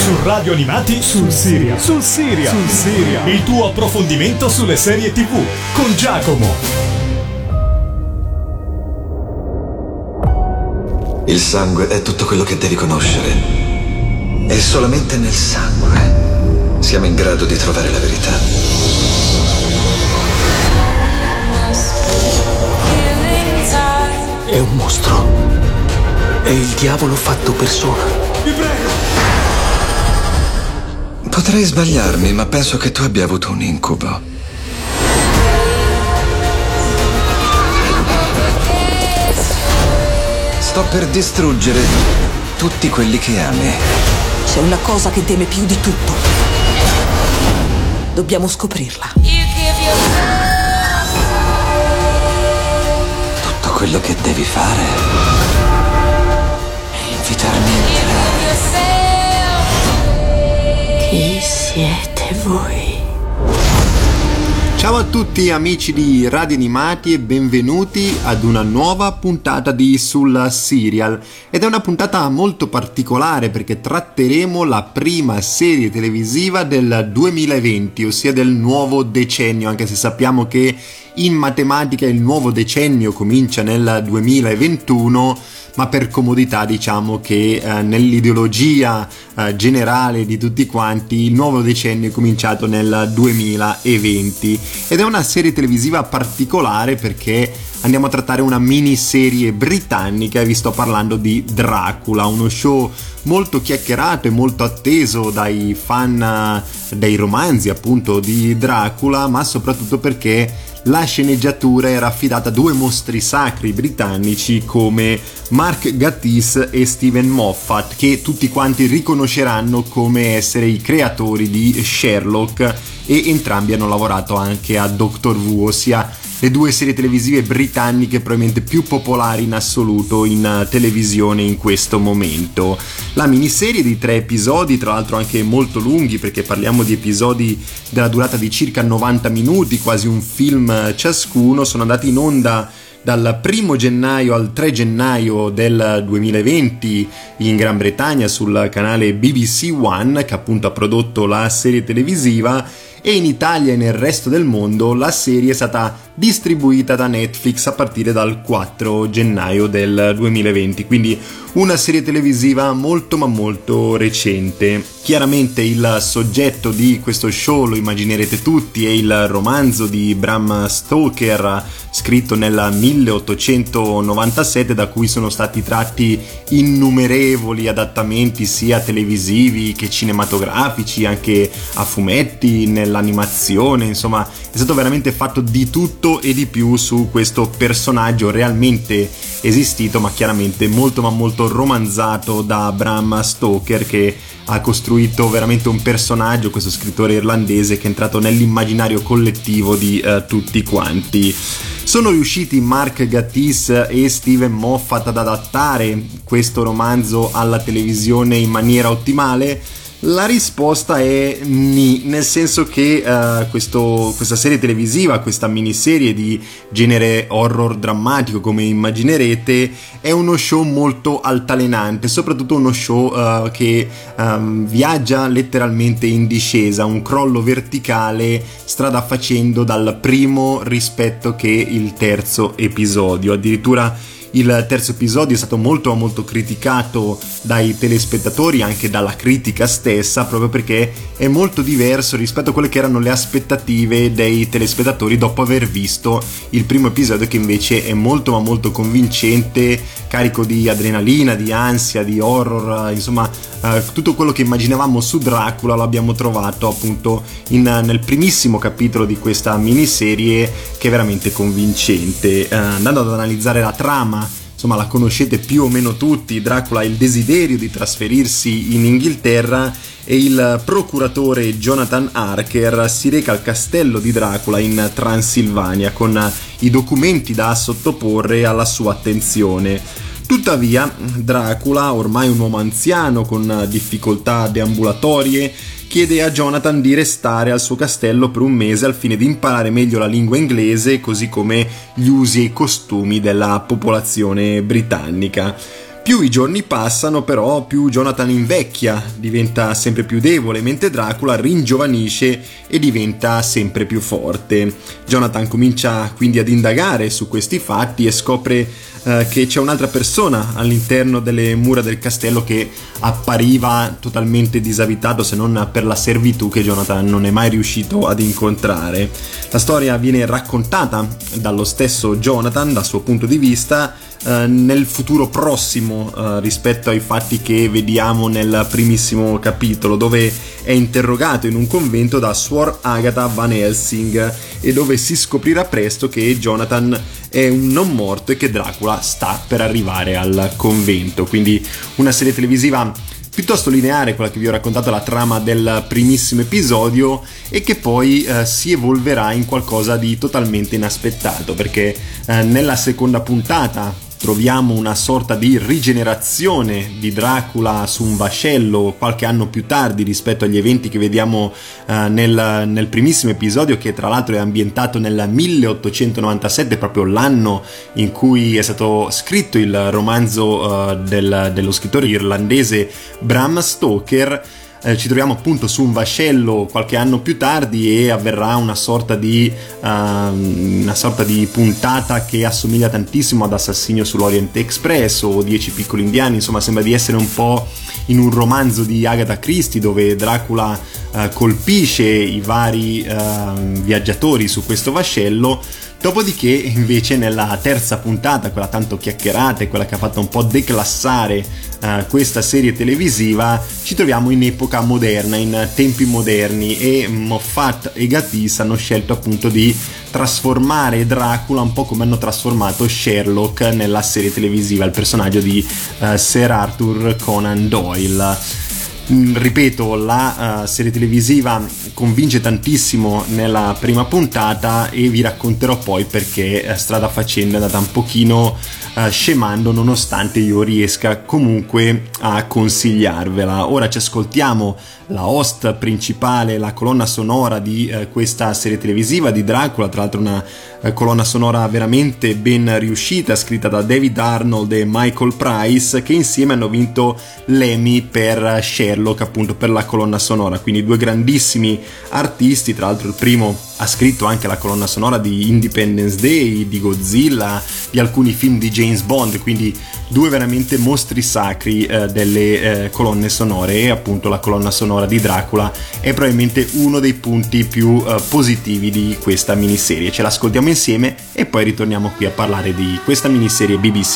Su Radio Animati sul Serial. Il tuo approfondimento sulle serie TV con Giacomo. Il sangue è tutto quello che devi conoscere. E solamente nel sangue siamo in grado di trovare la verità. È un mostro. È il diavolo fatto persona. Vi prego! Potrei sbagliarmi, ma penso che tu abbia avuto un incubo. Sto per distruggere tutti quelli che ami. C'è una cosa che teme più di tutto. Dobbiamo scoprirla. Tutto quello che devi fare è invitarmi a entrare. Chi siete voi? Ciao a tutti amici di Radio Animati e benvenuti ad una nuova puntata di Sul Serial. Ed è una puntata molto particolare perché tratteremo la prima serie televisiva del 2020, ossia del nuovo decennio, anche se sappiamo che in matematica il nuovo decennio comincia nel 2021, ma per comodità diciamo che nell'ideologia generale di tutti quanti il nuovo decennio è cominciato nel 2020 ed è una serie televisiva particolare perché andiamo a trattare una miniserie britannica e vi sto parlando di Dracula, uno show molto chiacchierato e molto atteso dai fan dei romanzi appunto di Dracula, ma soprattutto perché la sceneggiatura era affidata a due mostri sacri britannici come Mark Gatiss e Steven Moffat, che tutti quanti riconosceranno come essere i creatori di Sherlock, e entrambi hanno lavorato anche a Doctor Who, ossia le due serie televisive britanniche probabilmente più popolari in assoluto in televisione in questo momento. La miniserie di 3 episodi, tra l'altro anche molto lunghi perché parliamo di episodi della durata di circa 90 minuti, quasi un film ciascuno, sono andati in onda dal 1 gennaio al 3 gennaio del 2020 in Gran Bretagna sul canale BBC One, che appunto ha prodotto la serie televisiva, e in Italia e nel resto del mondo la serie è stata distribuita da Netflix a partire dal 4 gennaio del 2020, quindi una serie televisiva molto ma molto recente. Chiaramente il soggetto di questo show lo immaginerete tutti, è il romanzo di Bram Stoker scritto nel 1897, da cui sono stati tratti innumerevoli adattamenti sia televisivi che cinematografici, anche a fumetti, nell'animazione, insomma è stato veramente fatto di tutto e di più su questo personaggio realmente esistito, ma chiaramente molto ma molto romanzato da Bram Stoker, che ha costruito veramente un personaggio, questo scrittore irlandese, che è entrato nell'immaginario collettivo di tutti quanti. Sono riusciti Mark Gatiss e Steven Moffat ad adattare questo romanzo alla televisione in maniera ottimale? La risposta è ni, nel senso che questa serie televisiva, questa miniserie di genere horror drammatico come immaginerete, è uno show molto altalenante, soprattutto uno show che viaggia letteralmente in discesa, un crollo verticale strada facendo dal primo rispetto che il terzo episodio. Addirittura il terzo episodio è stato molto molto criticato dai telespettatori, anche dalla critica stessa, proprio perché è molto diverso rispetto a quelle che erano le aspettative dei telespettatori dopo aver visto il primo episodio, che invece è molto ma molto convincente, carico di adrenalina, di ansia, di horror, insomma tutto quello che immaginavamo su Dracula lo abbiamo trovato appunto nel primissimo capitolo di questa miniserie, che è veramente convincente. Andando ad analizzare la trama, insomma la conoscete più o meno tutti. Dracula ha il desiderio di trasferirsi in Inghilterra e il procuratore Jonathan Harker si reca al castello di Dracula in Transilvania con i documenti da sottoporre alla sua attenzione. Tuttavia Dracula, ormai un uomo anziano con difficoltà deambulatorie, chiede a Jonathan di restare al suo castello per un mese al fine di imparare meglio la lingua inglese, così come gli usi e i costumi della popolazione britannica. Più i giorni passano, però, più Jonathan invecchia, diventa sempre più debole, mentre Dracula ringiovanisce e diventa sempre più forte. Jonathan comincia quindi ad indagare su questi fatti e scopre che c'è un'altra persona all'interno delle mura del castello che appariva totalmente disabitato, se non per la servitù che Jonathan non è mai riuscito ad incontrare. La storia viene raccontata dallo stesso Jonathan, dal suo punto di vista, nel futuro prossimo rispetto ai fatti che vediamo nel primissimo capitolo, dove è interrogato in un convento da Suor Agatha Van Helsing e dove si scoprirà presto che Jonathan è un non morto e che Dracula sta per arrivare al convento. Quindi una serie televisiva piuttosto lineare, quella che vi ho raccontato la trama del primissimo episodio, e che poi si evolverà in qualcosa di totalmente inaspettato, perché nella seconda puntata troviamo una sorta di rigenerazione di Dracula su un vascello qualche anno più tardi rispetto agli eventi che vediamo nel primissimo episodio, che tra l'altro è ambientato nel 1897, proprio l'anno in cui è stato scritto il romanzo dello scrittore irlandese Bram Stoker. Ci troviamo appunto su un vascello qualche anno più tardi e avverrà una sorta di puntata che assomiglia tantissimo ad Assassinio sull'Orient Express o 10 piccoli indiani. Insomma, sembra di essere un po' in un romanzo di Agatha Christie, dove Dracula colpisce i vari viaggiatori su questo vascello. Dopodiché, invece, nella terza puntata, quella tanto chiacchierata e quella che ha fatto un po' declassare questa serie televisiva, ci troviamo in epoca moderna, in tempi moderni, e Moffat e Gatiss hanno scelto appunto di trasformare Dracula un po' come hanno trasformato Sherlock nella serie televisiva, il personaggio di Sir Arthur Conan Doyle. Ripeto, la serie televisiva convince tantissimo nella prima puntata e vi racconterò poi perché strada facendo è andata un pochino scemando, nonostante io riesca comunque a consigliarvela. Ora ci ascoltiamo la host principale, la colonna sonora di questa serie televisiva di Dracula, tra l'altro una colonna sonora veramente ben riuscita, scritta da David Arnold e Michael Price, che insieme hanno vinto l'Emmy per Sherlock, appunto per la colonna sonora. Quindi due grandissimi artisti, tra l'altro il primo ha scritto anche la colonna sonora di Independence Day, di Godzilla, di alcuni film di James Bond, quindi due veramente mostri sacri delle colonne sonore, e appunto la colonna sonora di Dracula è probabilmente uno dei punti più positivi di questa miniserie. Ce l'ascoltiamo insieme e poi ritorniamo qui a parlare di questa miniserie BBC.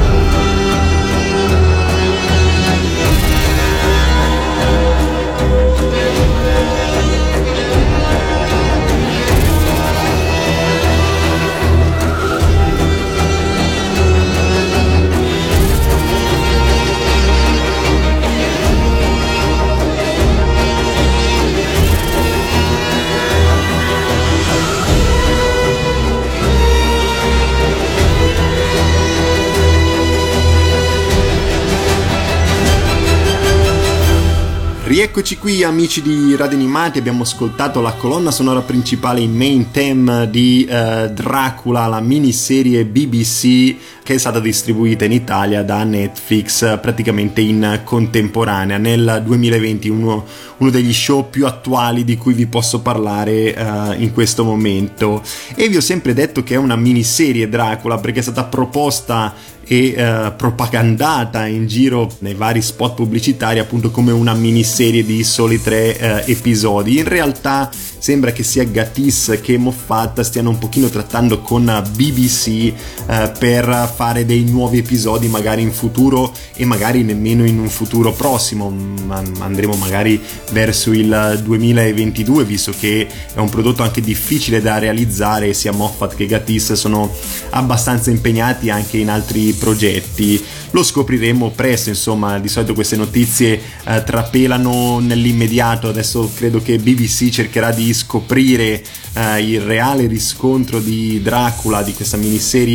Rieccoci qui, amici di Radio Animati. Abbiamo ascoltato la colonna sonora principale, in main theme di Dracula, la miniserie BBC che è stata distribuita in Italia da Netflix praticamente in contemporanea nel 2020, uno degli show più attuali di cui vi posso parlare in questo momento. E vi ho sempre detto che è una miniserie Dracula perché è stata proposta e propagandata in giro nei vari spot pubblicitari appunto come una miniserie di soli 3 episodi. In realtà sembra che sia Gatiss che Moffat stiano un pochino trattando con BBC per fare dei nuovi episodi magari in futuro, e magari nemmeno in un futuro prossimo, andremo magari verso il 2022, visto che è un prodotto anche difficile da realizzare e sia Moffat che Gatiss sono abbastanza impegnati anche in altri progetti. Lo scopriremo presto, insomma. Di solito queste notizie trapelano nell'immediato. Adesso credo che BBC cercherà di scoprire il reale riscontro di Dracula, di questa miniserie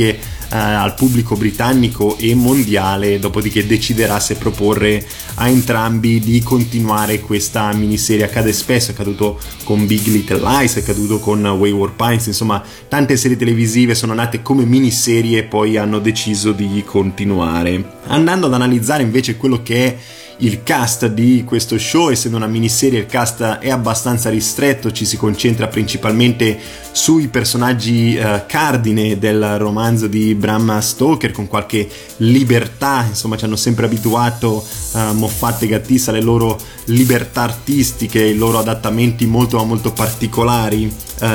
al pubblico britannico e mondiale, dopodiché deciderà se proporre a entrambi di continuare questa miniserie. Accade spesso, è accaduto con Big Little Lies, è accaduto con Wayward Pines, insomma tante serie televisive sono nate come miniserie e poi hanno deciso di continuare. Andando ad analizzare invece quello che è il cast di questo show, essendo una miniserie il cast è abbastanza ristretto, ci si concentra principalmente sui personaggi cardine del romanzo di Bram Stoker, con qualche libertà, insomma ci hanno sempre abituato Moffat e Gatiss alle loro libertà artistiche, i loro adattamenti molto particolari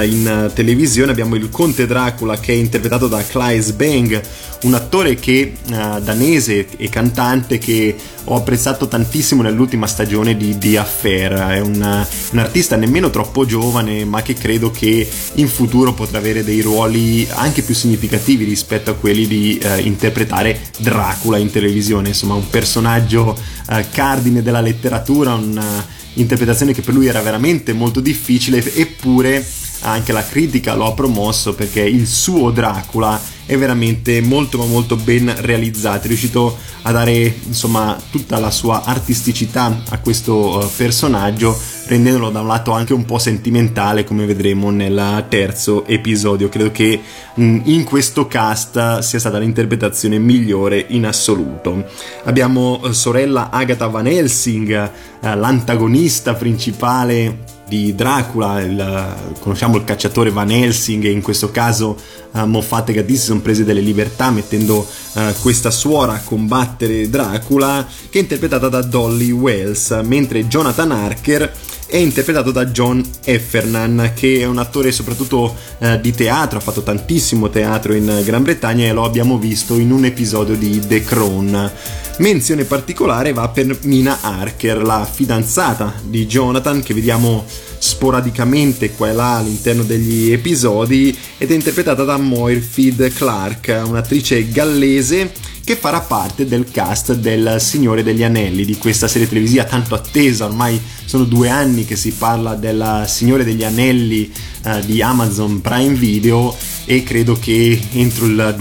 in televisione. Abbiamo il Conte Dracula che è interpretato da Claes Bang, un attore che danese e cantante che ho apprezzato tantissimo nell'ultima stagione di The Affair. È un artista nemmeno troppo giovane, ma che credo che in futuro potrà avere dei ruoli anche più significativi rispetto a quelli di interpretare Dracula in televisione. Insomma, un personaggio cardine della letteratura, un'interpretazione che per lui era veramente molto difficile, eppure anche la critica lo ha promosso perché il suo Dracula è veramente molto ben realizzato, è riuscito a dare insomma tutta la sua artisticità a questo personaggio, rendendolo da un lato anche un po' sentimentale, come vedremo nel terzo episodio. Credo che in questo cast sia stata l'interpretazione migliore in assoluto. Abbiamo sorella Agatha Van Helsing, l'antagonista principale di Dracula, conosciamo il cacciatore Van Helsing, e in questo caso Moffat e Gatiss sono presi delle libertà mettendo questa suora a combattere Dracula, che è interpretata da Dolly Wells, mentre Jonathan Harker è interpretato da John Heffernan, che è un attore soprattutto di teatro, ha fatto tantissimo teatro in Gran Bretagna e lo abbiamo visto in un episodio di The Crown. Menzione particolare va per Mina Harker, la fidanzata di Jonathan, che vediamo sporadicamente qua e là all'interno degli episodi, ed è interpretata da Moirfield Clark, un'attrice gallese che farà parte del cast del Signore degli Anelli, di questa serie televisiva tanto attesa. Ormai sono 2 anni che si parla del Signore degli Anelli di Amazon Prime Video, e credo che entro il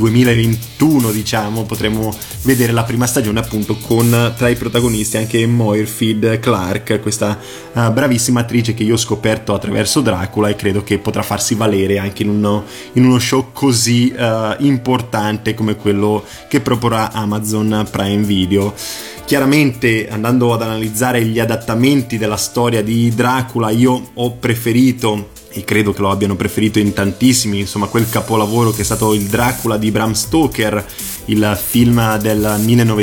2021 diciamo potremo vedere la prima stagione, appunto con tra i protagonisti anche Moirfield Clark, questa bravissima attrice che io ho scoperto attraverso Dracula, e credo che potrà farsi valere anche in uno show così importante come quello che proporrà Amazon Prime Video. Chiaramente, andando ad analizzare gli adattamenti della storia di Dracula, io ho preferito, e credo che lo abbiano preferito in tantissimi, insomma, quel capolavoro che è stato il Dracula di Bram Stoker, il film del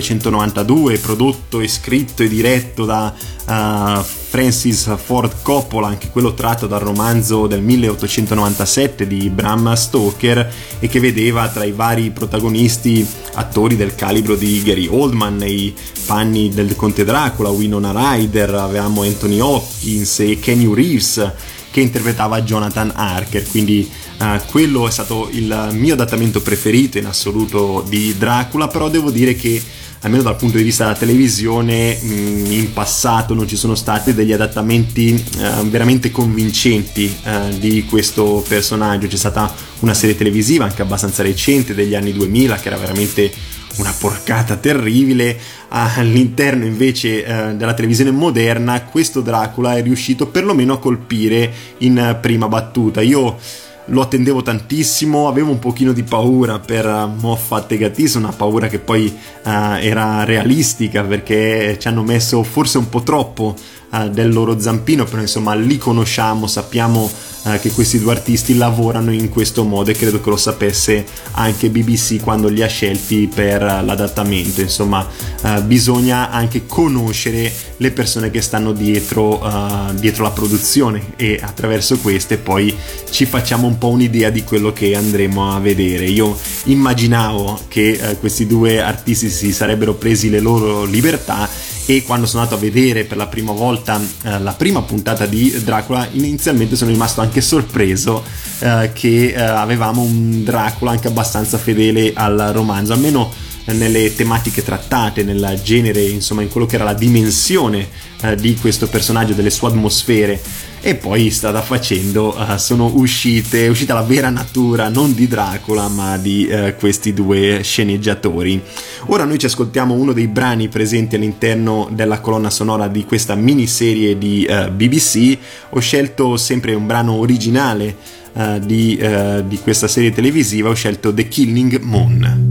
1992, prodotto e scritto e diretto da Francis Ford Coppola, anche quello tratto dal romanzo del 1897 di Bram Stoker, e che vedeva tra i vari protagonisti attori del calibro di Gary Oldman nei panni del Conte Dracula, Winona Ryder, avevamo Anthony Hopkins e Keanu Reeves che interpretava Jonathan Harker. Quindi quello è stato il mio adattamento preferito in assoluto di Dracula, però devo dire che almeno dal punto di vista della televisione in passato non ci sono stati degli adattamenti veramente convincenti di questo personaggio. C'è stata una serie televisiva anche abbastanza recente degli anni 2000 che era veramente una porcata terribile. All'interno invece della televisione moderna questo Dracula è riuscito perlomeno a colpire in prima battuta. Io lo attendevo tantissimo, avevo un pochino di paura per Moffat e Gatiss, una paura che poi era realistica, perché ci hanno messo forse un po' troppo del loro zampino, però insomma li conosciamo, sappiamo che questi 2 artisti lavorano in questo modo, e credo che lo sapesse anche BBC quando li ha scelti per l'adattamento. Insomma, bisogna anche conoscere le persone che stanno dietro la produzione, e attraverso queste poi ci facciamo un po' un'idea di quello che andremo a vedere. Io immaginavo che questi 2 artisti si sarebbero presi le loro libertà, e quando sono andato a vedere per la prima volta la prima puntata di Dracula, inizialmente sono rimasto anche sorpreso che avevamo un Dracula anche abbastanza fedele al romanzo, almeno nelle tematiche trattate, nel genere, insomma in quello che era la dimensione di questo personaggio, delle sue atmosfere. E poi strada facendo è uscita la vera natura non di Dracula ma di questi due sceneggiatori. Ora noi ci ascoltiamo uno dei brani presenti all'interno della colonna sonora di questa miniserie di BBC. Ho scelto sempre un brano originale di questa serie televisiva, ho scelto The Killing Moon.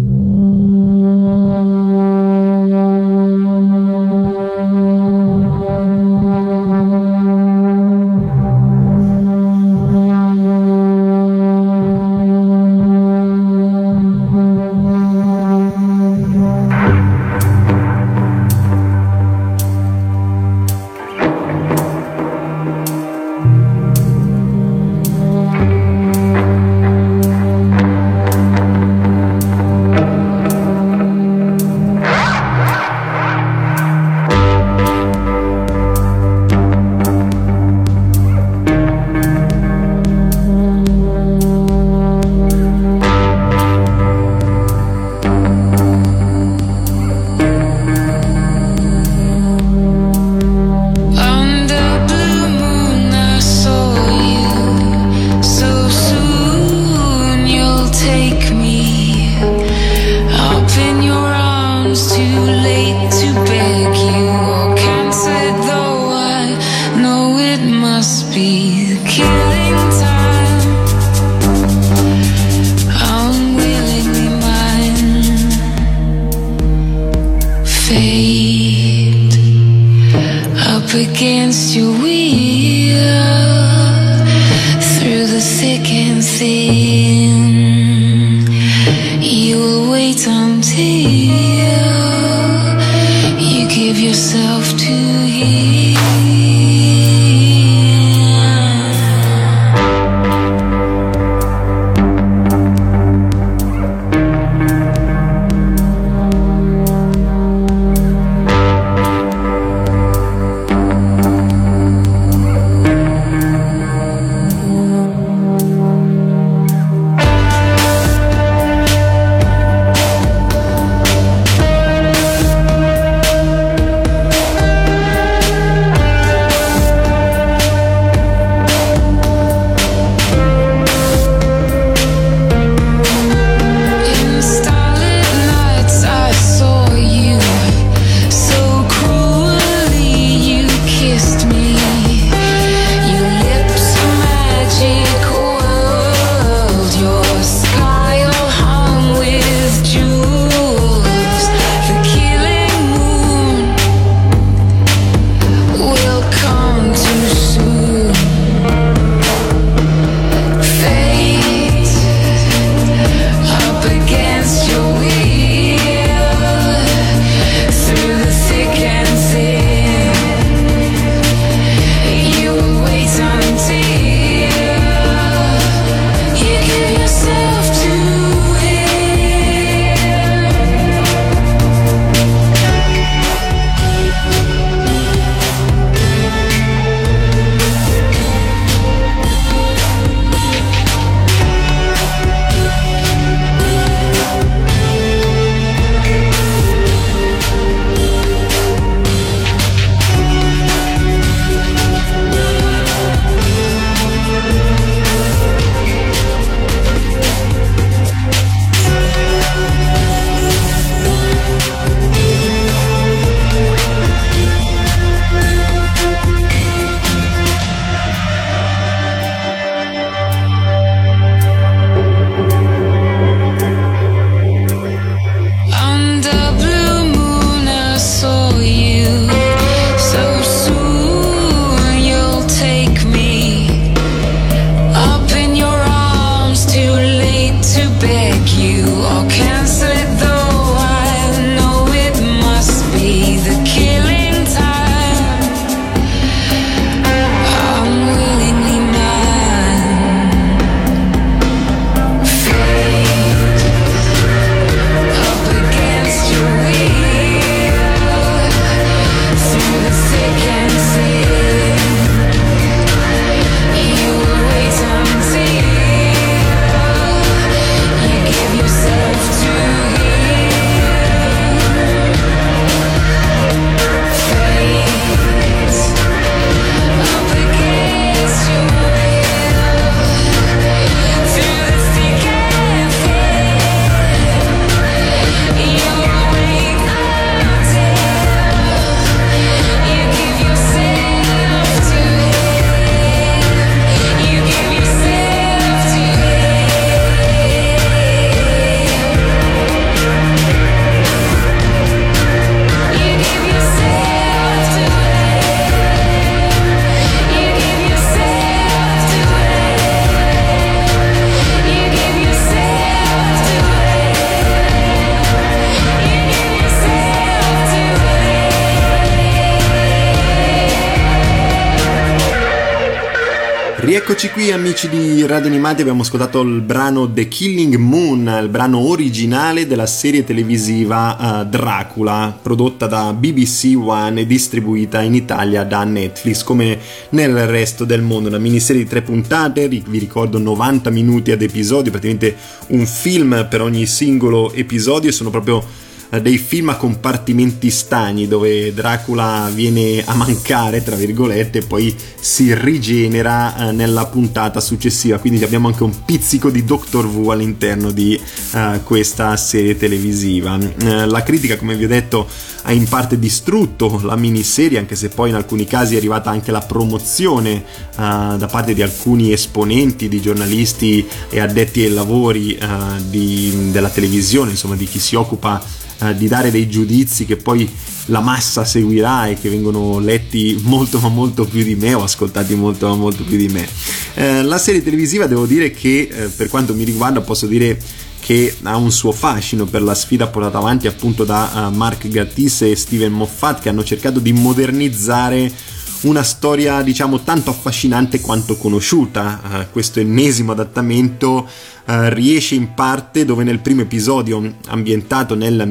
Rieccoci qui amici di Radio Animati, abbiamo ascoltato il brano The Killing Moon, il brano originale della serie televisiva Dracula, prodotta da BBC One e distribuita in Italia da Netflix, come nel resto del mondo. Una miniserie di 3 puntate, vi ricordo 90 minuti ad episodio, praticamente un film per ogni singolo episodio, e sono proprio dei film a compartimenti stagni dove Dracula viene a mancare tra virgolette e poi si rigenera nella puntata successiva, quindi abbiamo anche un pizzico di Doctor Who all'interno di questa serie televisiva. La critica, come vi ho detto, ha in parte distrutto la miniserie, anche se poi in alcuni casi è arrivata anche la promozione da parte di alcuni esponenti, di giornalisti e addetti ai lavori della televisione, insomma di chi si occupa di dare dei giudizi che poi la massa seguirà e che vengono letti molto ma molto più di me, o ascoltati molto ma molto più di me. La serie televisiva, devo dire che per quanto mi riguarda posso dire che ha un suo fascino per la sfida portata avanti appunto da Mark Gatiss e Steven Moffat, che hanno cercato di modernizzare una storia diciamo tanto affascinante quanto conosciuta. Questo ennesimo adattamento riesce in parte dove nel primo episodio, ambientato nel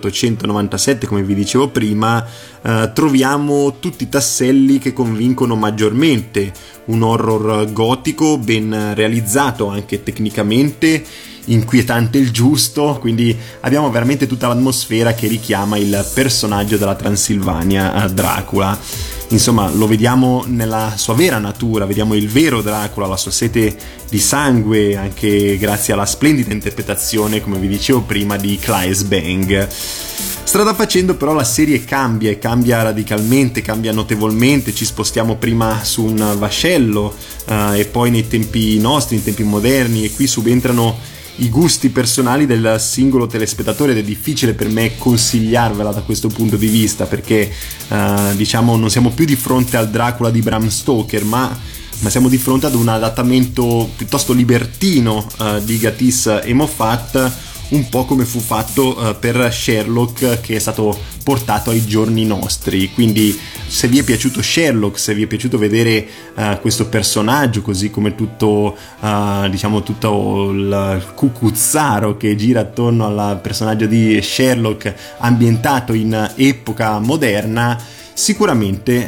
1897 come vi dicevo prima, troviamo tutti i tasselli che convincono maggiormente. Un horror gotico ben realizzato anche tecnicamente, inquietante il giusto, quindi abbiamo veramente tutta l'atmosfera che richiama il personaggio della Transilvania, Dracula. Insomma, lo vediamo nella sua vera natura, vediamo il vero Dracula, la sua sete di sangue, anche grazie alla splendida interpretazione, come vi dicevo prima, di Claes Bang. Strada facendo però la serie cambia radicalmente, cambia notevolmente. Ci spostiamo prima su un vascello e poi nei tempi nostri, in tempi moderni, e qui subentrano i gusti personali del singolo telespettatore, ed è difficile per me consigliarvela da questo punto di vista, perché diciamo non siamo più di fronte al Dracula di Bram Stoker, ma siamo di fronte ad un adattamento piuttosto libertino di Gatiss e Moffat, un po' come fu fatto per Sherlock, che è stato portato ai giorni nostri. Quindi se vi è piaciuto Sherlock, se vi è piaciuto vedere questo personaggio, così come tutto tutto il cucuzzaro che gira attorno al personaggio di Sherlock ambientato in epoca moderna, sicuramente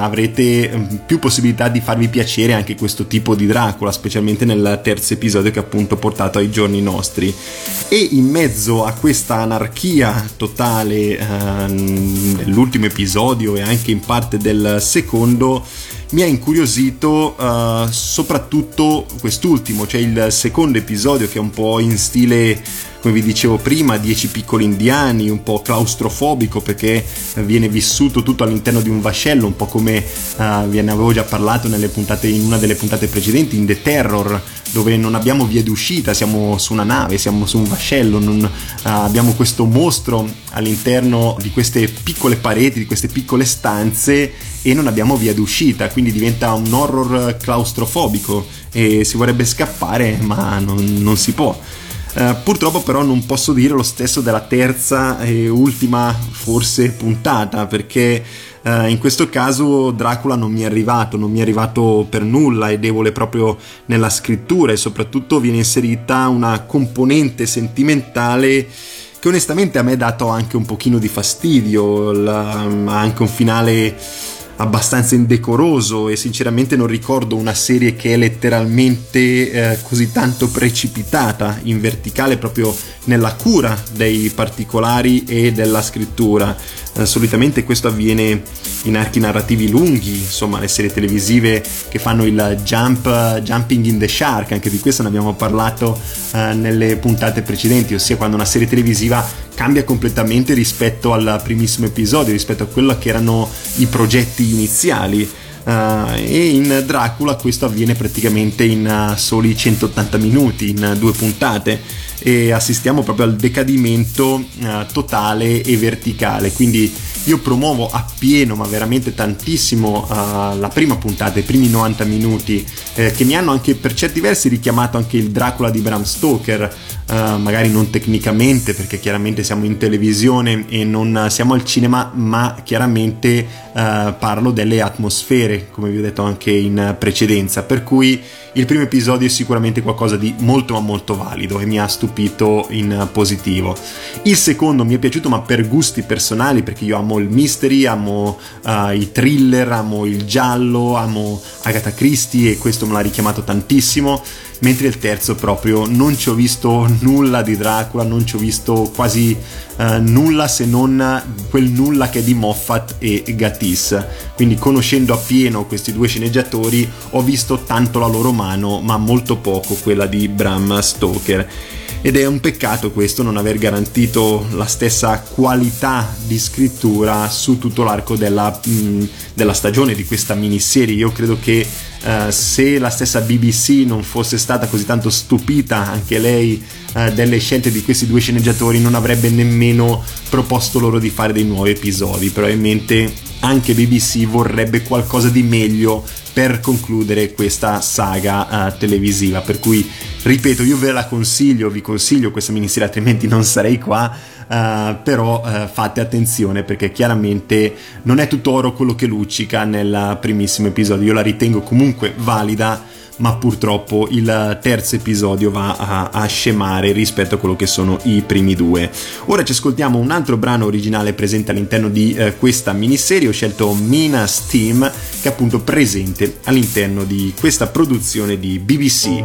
avrete più possibilità di farvi piacere anche questo tipo di Dracula, specialmente nel terzo episodio che è appunto portato ai giorni nostri. E in mezzo a questa anarchia totale dell'ultimo episodio e anche in parte del secondo, mi ha incuriosito soprattutto quest'ultimo, cioè il secondo episodio, che è un po' in stile, come vi dicevo prima, 10 piccoli indiani, un po' claustrofobico perché viene vissuto tutto all'interno di un vascello, un po' come ve ne avevo già parlato in una delle puntate precedenti, in The Terror, dove non abbiamo via d'uscita, siamo su una nave, siamo su un vascello, abbiamo questo mostro all'interno di queste piccole pareti, di queste piccole stanze, e non abbiamo via d'uscita, quindi diventa un horror claustrofobico e si vorrebbe scappare ma non si può. Purtroppo però non posso dire lo stesso della terza e ultima forse puntata, perché in questo caso Dracula non mi è arrivato per nulla, è debole proprio nella scrittura, e soprattutto viene inserita una componente sentimentale che onestamente a me ha dato anche un pochino di fastidio. Ha anche un finale abbastanza indecoroso, e sinceramente non ricordo una serie che è letteralmente così tanto precipitata in verticale proprio nella cura dei particolari e della scrittura. Solitamente questo avviene in archi narrativi lunghi, insomma le serie televisive che fanno il jumping in the shark, anche di questo ne abbiamo parlato nelle puntate precedenti, ossia quando una serie televisiva cambia completamente rispetto al primissimo episodio, rispetto a quello che erano i progetti iniziali. E in Dracula questo avviene praticamente in soli 180 minuti, in 2 puntate, e assistiamo proprio al decadimento totale e verticale. Quindi io promuovo appieno, ma veramente tantissimo, la prima puntata, i primi 90 minuti, che mi hanno anche per certi versi richiamato anche il Dracula di Bram Stoker, magari non tecnicamente, perché chiaramente siamo in televisione e non siamo al cinema, ma chiaramente parlo delle atmosfere, come vi ho detto anche in precedenza, per cui il primo episodio è sicuramente qualcosa di molto ma molto valido e mi ha stupito in positivo. Il secondo mi è piaciuto, ma per gusti personali, perché io amo il mystery, amo i thriller, amo il giallo, amo Agatha Christie e questo me l'ha richiamato tantissimo, mentre il terzo proprio non ci ho visto nulla di Dracula, non ci ho visto quasi nulla, se non quel nulla che è di Moffat e Gatiss. Quindi, conoscendo appieno questi due sceneggiatori, ho visto tanto la loro mano ma molto poco quella di Bram Stoker, ed è un peccato questo, non aver garantito la stessa qualità di scrittura su tutto l'arco della stagione di questa miniserie. Io credo che se la stessa BBC non fosse stata così tanto stupita anche lei delle scelte di questi due sceneggiatori, non avrebbe nemmeno proposto loro di fare dei nuovi episodi. Probabilmente anche BBC vorrebbe qualcosa di meglio per concludere questa saga televisiva, per cui ripeto, io ve la consiglio, vi consiglio questa miniserie, altrimenti non sarei qua. Però fate attenzione, perché chiaramente non è tutto oro quello che luccica nel primissimo episodio. Io la ritengo comunque valida, ma purtroppo il terzo episodio va a scemare rispetto a quello che sono i primi due. Ora ci ascoltiamo un altro brano originale presente all'interno di questa miniserie. Ho scelto Mina's Theme, che è appunto presente all'interno di questa produzione di BBC.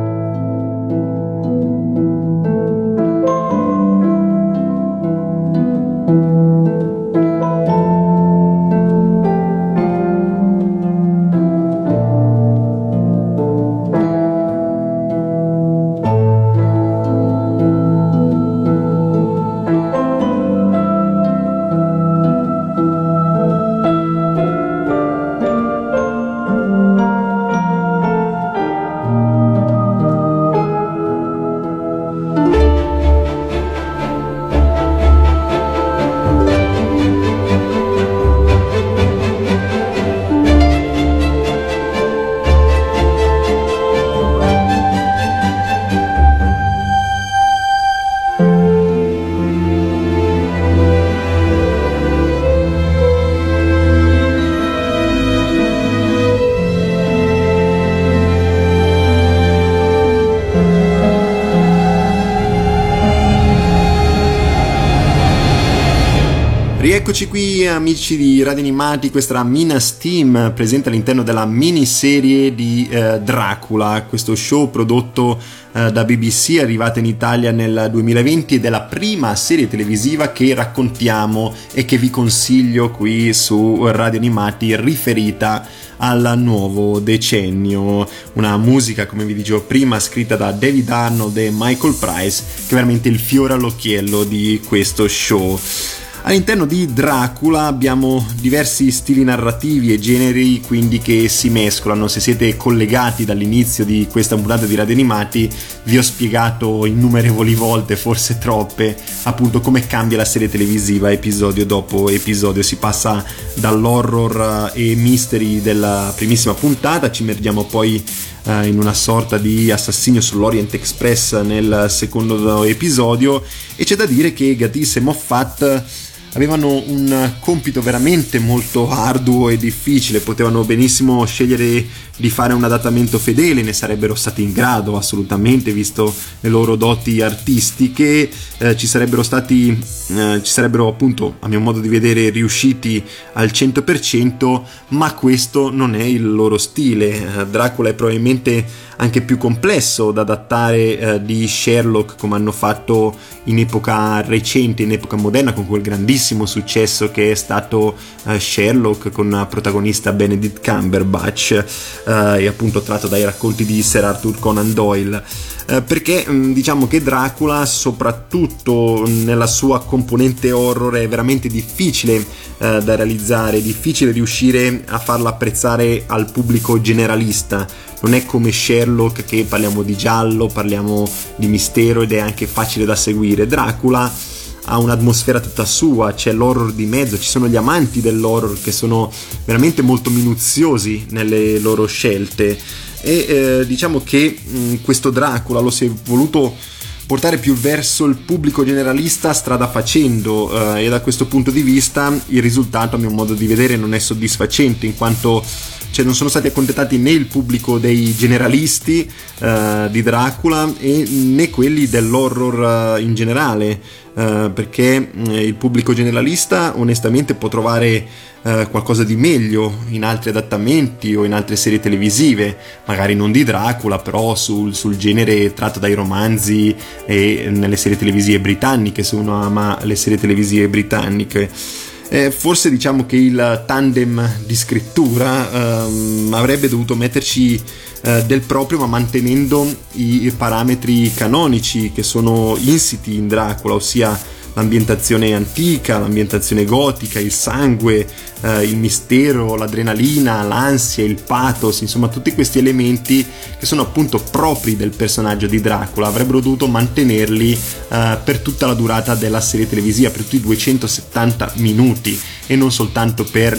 Rieccoci qui amici di Radio Animati, questa era Mina's Theme, presente all'interno della miniserie di Dracula, questo show prodotto da BBC, arrivata in Italia nel 2020 ed è la prima serie televisiva che raccontiamo e che vi consiglio qui su Radio Animati, riferita al nuovo decennio. Una musica, come vi dicevo prima, scritta da David Arnold e Michael Price, che è veramente il fiore all'occhiello di questo show. All'interno di Dracula abbiamo diversi stili narrativi e generi, quindi, che si mescolano. Se siete collegati dall'inizio di questa puntata di Radio Animati, vi ho spiegato innumerevoli volte, forse troppe, appunto come cambia la serie televisiva episodio dopo episodio. Si passa dall'horror e mystery della primissima puntata, ci immergiamo poi in una sorta di assassinio sull'Orient Express nel secondo episodio, e c'è da dire che Gatiss e Moffat avevano un compito veramente molto arduo e difficile. Potevano benissimo scegliere di fare un adattamento fedele, ne sarebbero stati in grado assolutamente, visto le loro doti artistiche, ci sarebbero appunto, a mio modo di vedere, riusciti al 100%, ma questo non è il loro stile. Dracula è probabilmente anche più complesso da adattare di Sherlock, come hanno fatto in epoca recente, in epoca moderna, con quel grandissimo successo che è stato Sherlock, con protagonista Benedict Cumberbatch, e appunto tratto dai racconti di Sir Arthur Conan Doyle, perché diciamo che Dracula, soprattutto nella sua componente horror, è veramente difficile da realizzare, difficile riuscire a farla apprezzare al pubblico generalista. Non è come Sherlock, che parliamo di giallo, parliamo di mistero ed è anche facile da seguire. Dracula ha un'atmosfera tutta sua, c'è l'horror di mezzo, ci sono gli amanti dell'horror che sono veramente molto minuziosi nelle loro scelte, e diciamo che questo Dracula lo si è voluto portare più verso il pubblico generalista strada facendo, e da questo punto di vista il risultato, a mio modo di vedere, non è soddisfacente, in quanto non sono stati accontentati né il pubblico dei generalisti di Dracula né quelli dell'horror in generale, perché il pubblico generalista onestamente può trovare qualcosa di meglio in altri adattamenti o in altre serie televisive, magari non di Dracula, però sul genere tratto dai romanzi e nelle serie televisive britanniche, se uno ama le serie televisive britanniche. Forse diciamo che il tandem di scrittura avrebbe dovuto metterci del proprio, ma mantenendo i parametri canonici che sono insiti in Dracula, ossia l'ambientazione antica, l'ambientazione gotica, il sangue, il mistero, l'adrenalina, l'ansia, il pathos, insomma tutti questi elementi che sono appunto propri del personaggio di Dracula avrebbero dovuto mantenerli per tutta la durata della serie televisiva, per tutti i 270 minuti e non soltanto per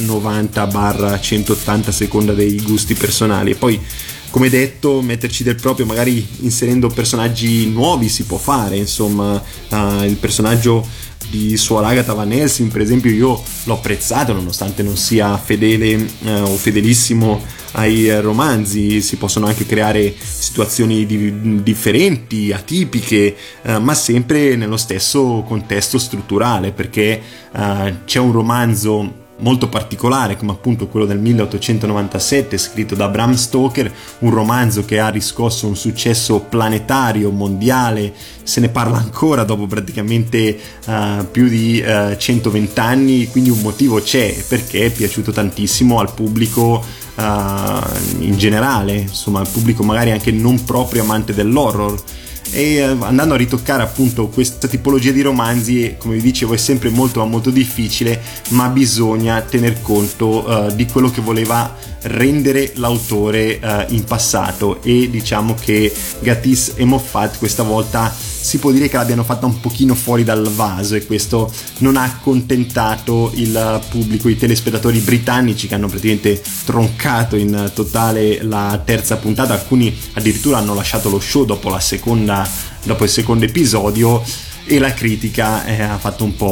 90/180 a seconda dei gusti personali. E poi, come detto, metterci del proprio, magari inserendo personaggi nuovi si può fare, insomma il personaggio di Suor Agatha Van Helsing, per esempio, io l'ho apprezzato nonostante non sia fedele o fedelissimo ai romanzi. Si possono anche creare situazioni differenti, atipiche, ma sempre nello stesso contesto strutturale, perché c'è un romanzo molto particolare come appunto quello del 1897 scritto da Bram Stoker, un romanzo che ha riscosso un successo planetario, mondiale, se ne parla ancora dopo praticamente più di 120 anni, quindi un motivo c'è, perché è piaciuto tantissimo al pubblico in generale, insomma al pubblico magari anche non proprio amante dell'horror. E andando a ritoccare appunto questa tipologia di romanzi, come vi dicevo, è sempre molto molto difficile, ma bisogna tener conto di quello che voleva rendere l'autore in passato, e diciamo che Gatiss e Moffat questa volta si può dire che l'abbiano fatta un pochino fuori dal vaso, e questo non ha accontentato il pubblico, i telespettatori britannici, che hanno praticamente troncato in totale la terza puntata. Alcuni addirittura hanno lasciato lo show dopo il secondo episodio, e la critica ha fatto un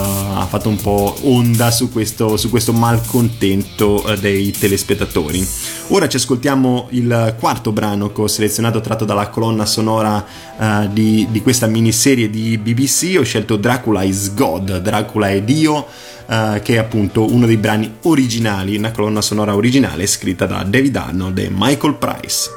po' onda su questo malcontento dei telespettatori. Ora ci ascoltiamo il quarto brano che ho selezionato, tratto dalla colonna sonora di questa miniserie di BBC. Ho scelto Dracula is God, Dracula è Dio, che è appunto uno dei brani originali, una colonna sonora originale scritta da David Arnold e Michael Price.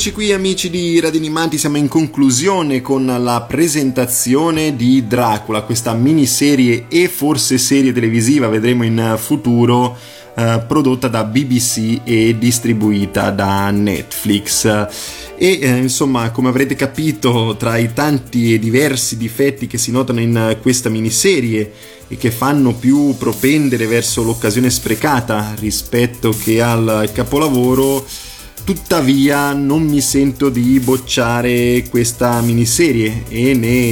Eccoci qui amici di Radio Animati, siamo in conclusione con la presentazione di Dracula, questa miniserie e forse serie televisiva, vedremo in futuro, prodotta da BBC e distribuita da Netflix. Insomma, come avrete capito, tra i tanti e diversi difetti che si notano in questa miniserie e che fanno più propendere verso l'occasione sprecata rispetto che al capolavoro, tuttavia non mi sento di bocciare questa miniserie e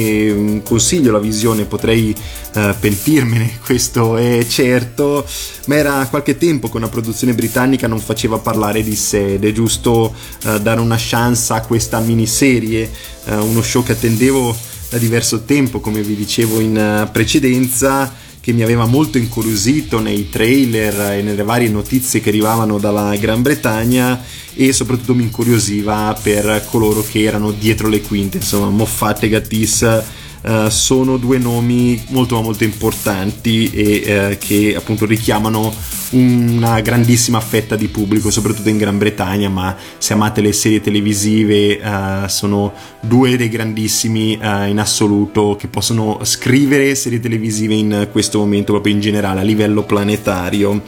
ne consiglio la visione. Potrei pentirmene, questo è certo, ma era qualche tempo che una produzione britannica non faceva parlare di sé ed è giusto dare una chance a questa miniserie, uno show che attendevo da diverso tempo, come vi dicevo in precedenza, che mi aveva molto incuriosito nei trailer e nelle varie notizie che arrivavano dalla Gran Bretagna, e soprattutto mi incuriosiva per coloro che erano dietro le quinte. Insomma, Moffat e Gatiss sono due nomi molto molto importanti e che appunto richiamano una grandissima fetta di pubblico, soprattutto in Gran Bretagna, ma se amate le serie televisive sono due dei grandissimi in assoluto che possono scrivere serie televisive in questo momento, proprio in generale a livello planetario.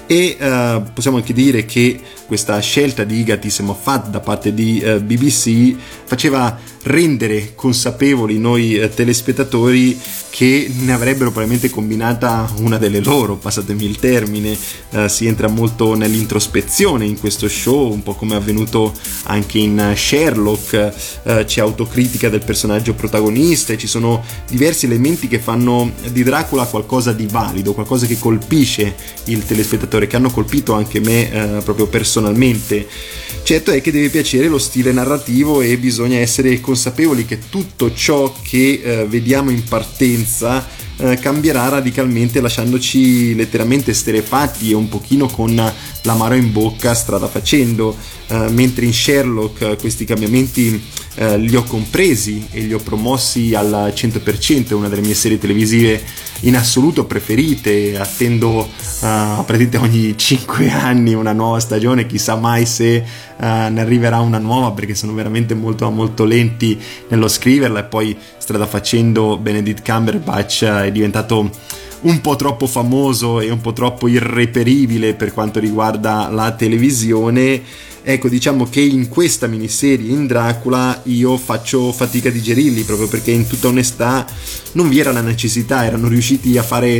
E possiamo anche dire che questa scelta di Gatiss e Moffat da parte di BBC faceva rendere consapevoli noi telespettatori che ne avrebbero probabilmente combinata una delle loro, passatemi il termine. Si entra molto nell'introspezione in questo show, un po' come è avvenuto anche in Sherlock. C'è autocritica del personaggio protagonista e ci sono diversi elementi che fanno di Dracula qualcosa di valido, qualcosa che colpisce il telespettatore, che hanno colpito anche me proprio personalmente. Certo è che deve piacere lo stile narrativo e bisogna essere consapevoli che tutto ciò che vediamo in partenza cambierà radicalmente, lasciandoci letteralmente esterrefatti e un pochino con l'amaro in bocca strada facendo, mentre in Sherlock questi cambiamenti li ho compresi e li ho promossi al 100%. È una delle mie serie televisive in assoluto preferite, attendo praticamente ogni 5 anni una nuova stagione, chissà mai se ne arriverà una nuova, perché sono veramente molto molto lenti nello scriverla, e poi strada facendo Benedict Cumberbatch è diventato un po' troppo famoso e un po' troppo irreperibile per quanto riguarda la televisione. Ecco, diciamo che in questa miniserie, in Dracula, io faccio fatica a digerirli, proprio perché in tutta onestà non vi era la necessità. Erano riusciti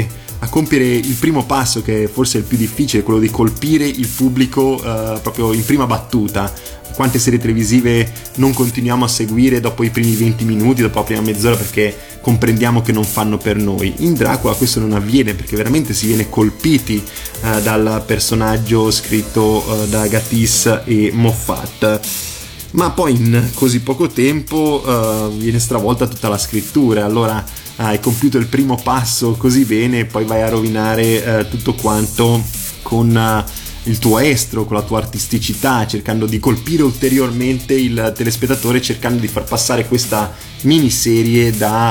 a compiere il primo passo, che forse è il più difficile, quello di colpire il pubblico proprio in prima battuta. Quante serie televisive non continuiamo a seguire dopo i primi 20 minuti, dopo la prima mezz'ora, perché comprendiamo che non fanno per noi. In Dracula questo non avviene, perché veramente si viene colpiti dal personaggio scritto da Gatiss e Moffat. Ma poi in così poco tempo viene stravolta tutta la scrittura. Allora hai compiuto il primo passo così bene e poi vai a rovinare tutto quanto con il tuo estro, con la tua artisticità, cercando di colpire ulteriormente il telespettatore, cercando di far passare questa miniserie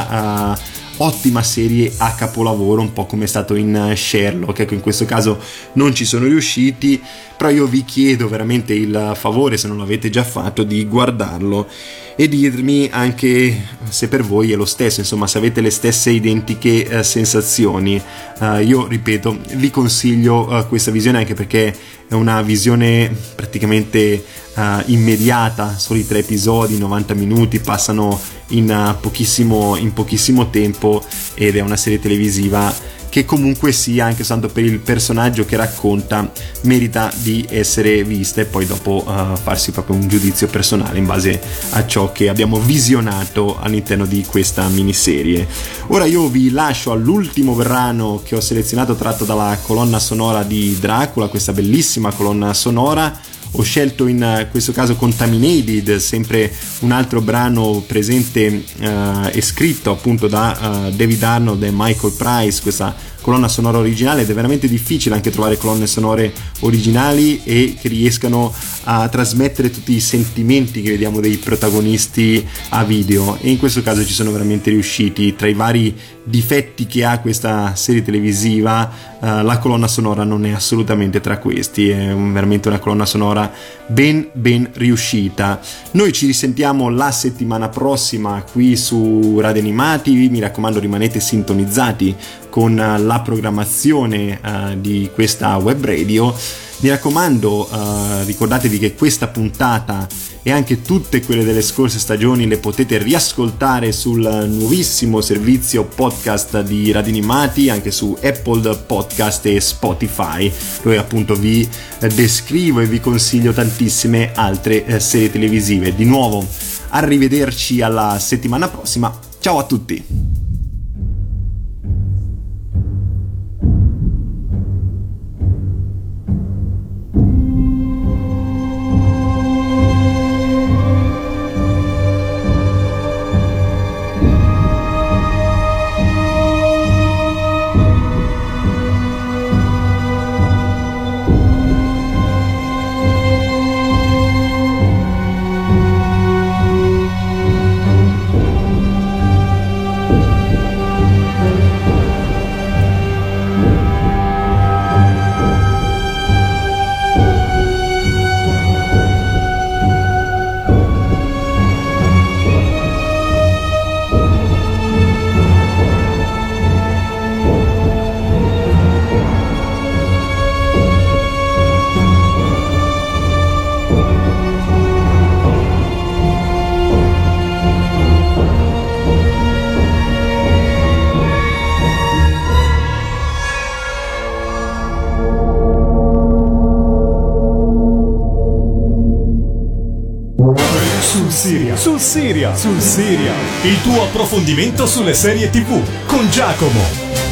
da ottima serie a capolavoro, un po' come è stato in Sherlock. Ecco, in questo caso non ci sono riusciti, però io vi chiedo veramente il favore, se non l'avete già fatto, di guardarlo e dirmi anche se per voi è lo stesso, insomma, se avete le stesse identiche sensazioni. Io ripeto, vi consiglio questa visione, anche perché è una visione praticamente immediata, soli 3 episodi, 90 minuti passano in pochissimo tempo, ed è una serie televisiva che comunque sia, anche soltanto per il personaggio che racconta, merita di essere vista, e poi dopo farsi proprio un giudizio personale in base a ciò che abbiamo visionato all'interno di questa miniserie. Ora io vi lascio all'ultimo brano che ho selezionato, tratto dalla colonna sonora di Dracula, questa bellissima colonna sonora. Ho scelto in questo caso Contaminated, sempre un altro brano presente e scritto appunto da David Arnold e Michael Price, questa colonna sonora originale. Ed è veramente difficile anche trovare colonne sonore originali e che riescano a trasmettere tutti i sentimenti che vediamo dei protagonisti a video, e in questo caso ci sono veramente riusciti. Tra i vari difetti che ha questa serie televisiva, la colonna sonora non è assolutamente tra questi, è veramente una colonna sonora ben riuscita. Noi ci risentiamo la settimana prossima qui su Radio Animati, mi raccomando rimanete sintonizzati con la programmazione di questa web radio. Mi raccomando, ricordatevi che questa puntata e anche tutte quelle delle scorse stagioni le potete riascoltare sul nuovissimo servizio podcast di Radio Animati, anche su Apple Podcast e Spotify, dove appunto vi descrivo e vi consiglio tantissime altre serie televisive. Di nuovo, arrivederci alla settimana prossima, ciao a tutti! Sul Siria, il tuo approfondimento sulle serie TV con Giacomo.